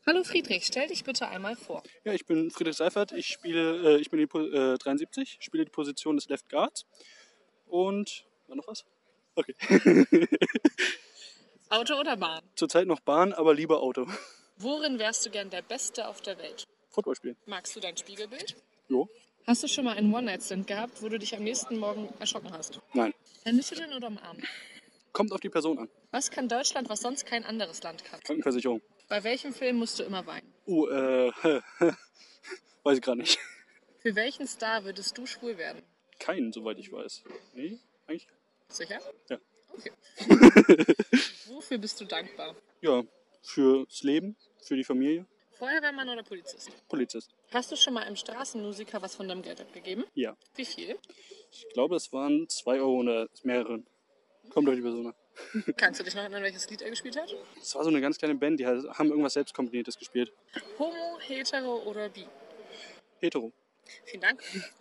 Hallo Friedrich, stell dich bitte einmal vor. Ja, ich bin Friedrich Seifert, ich bin die 73, spiele die Position des Left Guards. Und, war noch was? Okay. Auto oder Bahn? Zurzeit noch Bahn, aber lieber Auto. Worin wärst du gern der Beste auf der Welt? Football spielen. Magst du dein Spiegelbild? Jo? Hast du schon mal einen One-Night-Stand gehabt, wo du dich am nächsten Morgen erschrocken hast? Nein. Ermitteln oder umarmen? Kommt auf die Person an. Was kann Deutschland, was sonst kein anderes Land kann? Krankenversicherung. Bei welchem Film musst du immer weinen? Weiß ich gerade nicht. Für welchen Star würdest du schwul werden? Keinen, soweit ich weiß. Nee, eigentlich? Sicher? Ja. Okay. Wofür bist du dankbar? Ja, fürs Leben, für die Familie. Feuerwehrmann oder Polizist? Polizist. Hast du schon mal einem Straßenmusiker was von deinem Geld abgegeben? Ja. Wie viel? Ich glaube, es waren 2 Euro oder mehrere. Kommt auf die Person an. Kannst du dich noch erinnern, welches Lied er gespielt hat? Es war so eine ganz kleine Band, die haben irgendwas selbstkomponiertes gespielt. Homo, hetero oder bi? Hetero. Vielen Dank.